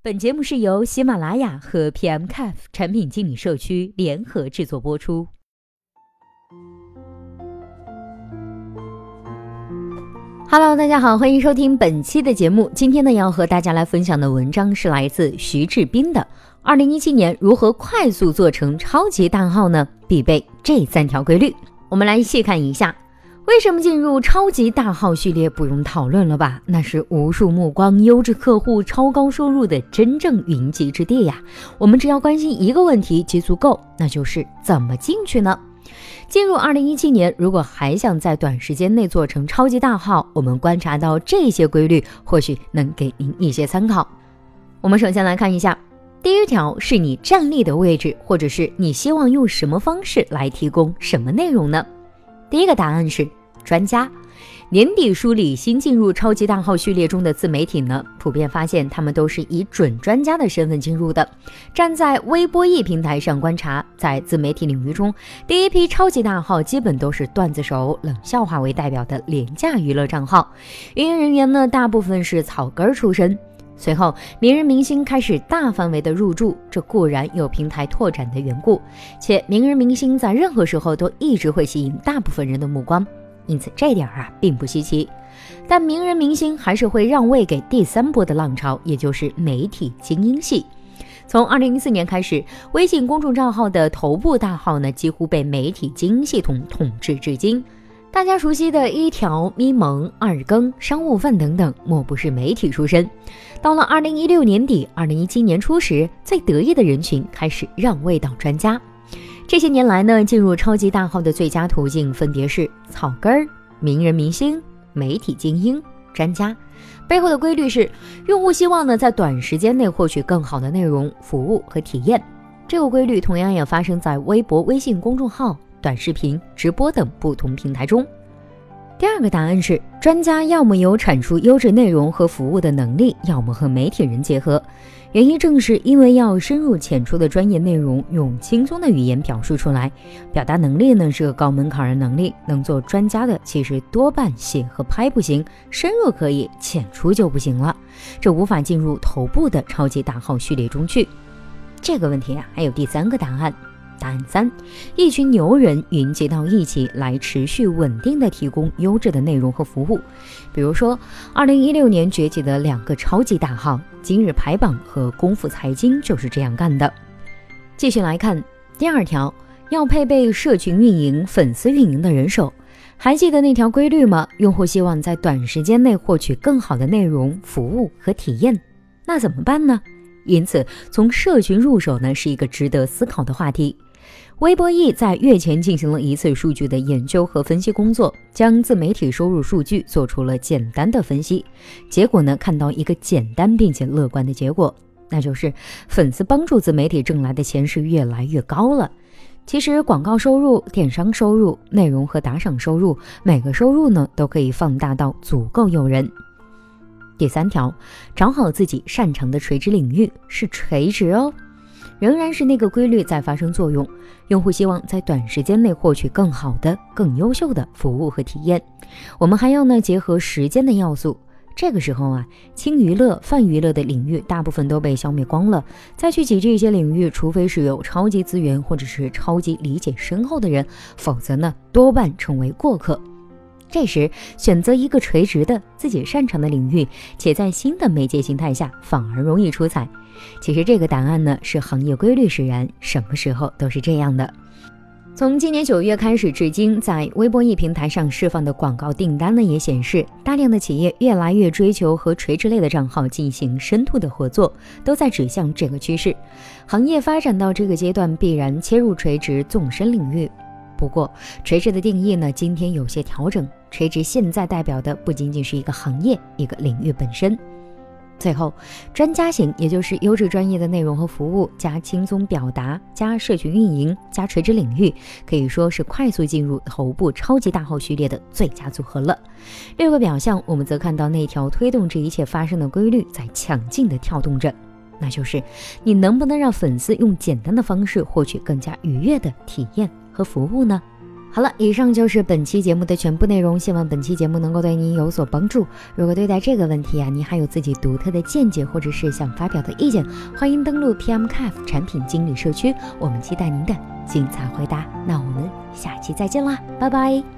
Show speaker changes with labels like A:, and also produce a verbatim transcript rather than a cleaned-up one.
A: 本节目是由喜马拉雅和 P M C A F 产品经理社区联合制作播出。Hello， 大家好，欢迎收听本期的节目。今天呢，要和大家来分享的文章是来自徐志斌的二零一七年如何快速做成超级大号呢？必备这三条规律。我们来细看一下，为什么进入超级大号序列不用讨论了吧？那是无数目光、优质客户、超高收入的真正云集之地呀。我们只要关心一个问题即足够，那就是怎么进去呢？进入二零一七年，如果还想在短时间内做成超级大号，我们观察到这些规律，或许能给您一些参考。我们首先来看一下，第一条是你站立的位置，或者是你希望用什么方式来提供什么内容呢？第一个答案是专家。年底梳理新进入超级大号序列中的自媒体呢，普遍发现他们都是以准专家的身份进入的。站在微博易平台上观察，在自媒体领域中，第一批超级大号基本都是段子手、冷笑话为代表的廉价娱乐账号，运营人员呢大部分是草根出身。随后名人明星开始大范围的入驻，这固然有平台拓展的缘故，且名人明星在任何时候都一直会吸引大部分人的目光，因此这点啊并不稀奇。但名人明星还是会让位给第三波的浪潮，也就是媒体精英系。从二零一四年开始，微信公众账号的头部大号呢几乎被媒体精英系统统治至今。大家熟悉的一条、咪蒙、二更、商务饭等等，莫不是媒体出身。到了二零一六年底、二零一七年初时，最得意的人群开始让位到专家。这些年来呢，进入超级大号的最佳途径分别是草根、名人明星、媒体精英、专家。背后的规律是，用户希望呢在短时间内获取更好的内容、服务和体验。这个规律同样也发生在微博、微信公众号、短视频、直播等不同平台中。第二个答案是，专家要么有产出优质内容和服务的能力，要么和媒体人结合。原因正是因为要深入浅出的专业内容用轻松的语言表述出来，表达能力呢是个高门槛的能力，能做专家的其实多半写和拍不行，深入可以，浅出就不行了，这无法进入头部的超级大号序列中去。这个问题啊还有第三个答案。答案三，一群牛人云集到一起来持续稳定的提供优质的内容和服务。比如说二零一六年崛起的两个超级大号今日排榜和功夫财经就是这样干的。继续来看第二条，要配备社群运营、粉丝运营的人手。还记得那条规律吗？用户希望在短时间内获取更好的内容、服务和体验，那怎么办呢？因此从社群入手呢是一个值得思考的话题。微博易在月前进行了一次数据的研究和分析工作，将自媒体收入数据做出了简单的分析。结果呢，看到一个简单并且乐观的结果，那就是粉丝帮助自媒体挣来的钱是越来越高了。其实广告收入、电商收入、内容和打赏收入，每个收入呢都可以放大到足够诱人。第三条，找好自己擅长的垂直领域，是垂直哦。仍然是那个规律在发生作用，用户希望在短时间内获取更好的、更优秀的服务和体验。我们还要呢结合时间的要素，这个时候啊，轻娱乐、泛娱乐的领域大部分都被消灭光了，再去挤这些领域，除非是有超级资源或者是超级理解深厚的人，否则呢多半成为过客。这时选择一个垂直的自己擅长的领域，且在新的媒介形态下反而容易出彩。其实这个答案呢是行业规律使然，什么时候都是这样的。从今年九月开始至今，在微博易平台上释放的广告订单呢也显示，大量的企业越来越追求和垂直类的账号进行深度的合作，都在指向这个趋势。行业发展到这个阶段，必然切入垂直纵深领域。不过垂直的定义呢今天有些调整，垂直现在代表的不仅仅是一个行业、一个领域本身。最后，专家型，也就是优质专业的内容和服务加轻松表达加社群运营加垂直领域，可以说是快速进入头部超级大号序列的最佳组合了。六个表象，我们则看到那条推动这一切发生的规律在强劲的跳动着，那就是你能不能让粉丝用简单的方式获取更加愉悦的体验和服务呢？ 好了，以上就是本期节目的全部内容，希望本期节目能够对您有所帮助。如果对待这个问题啊，您还有自己独特的见解，或者是想发表的意见，欢迎登录 P M C A F 产品经理社区，我们期待您的精彩回答。那我们下期再见啦，拜拜。